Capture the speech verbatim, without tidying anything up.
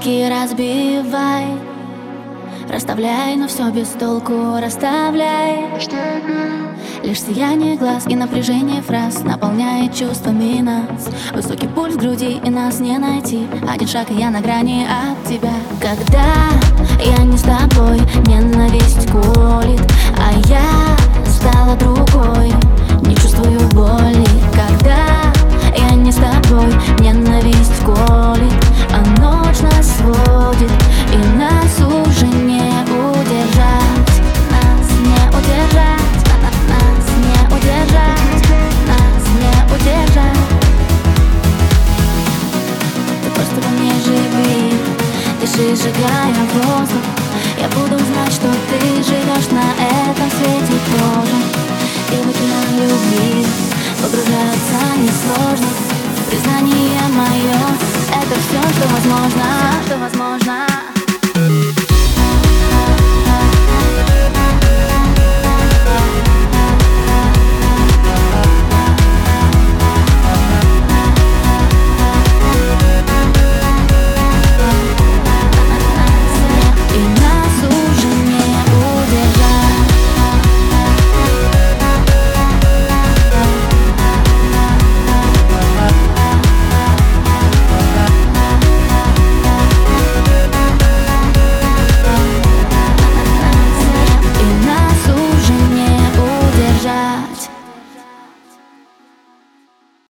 Рамки разбивай, расставляй, но все без толку расставляй. Лишь сияние глаз и напряжение фраз наполняет чувствами нас. Высокий пульс в груди, и нас не найти. Один шаг, и я на грани от тебя. Когда я не с тобой, ненависть колет, а я стала другой, не чувствую боли. Когда я не с тобой, ненависть колет, а ночь нас сводит, и нас уже не удержать. Нас не удержать, нас не удержать, нас не удержать. Ты просто во мне живи, дыши, сжигая воздух. Я буду знать, что ты живешь на этом свете тоже. И в океан любви погружаться несложно. Признание мое — это все, что возможно, что возможно.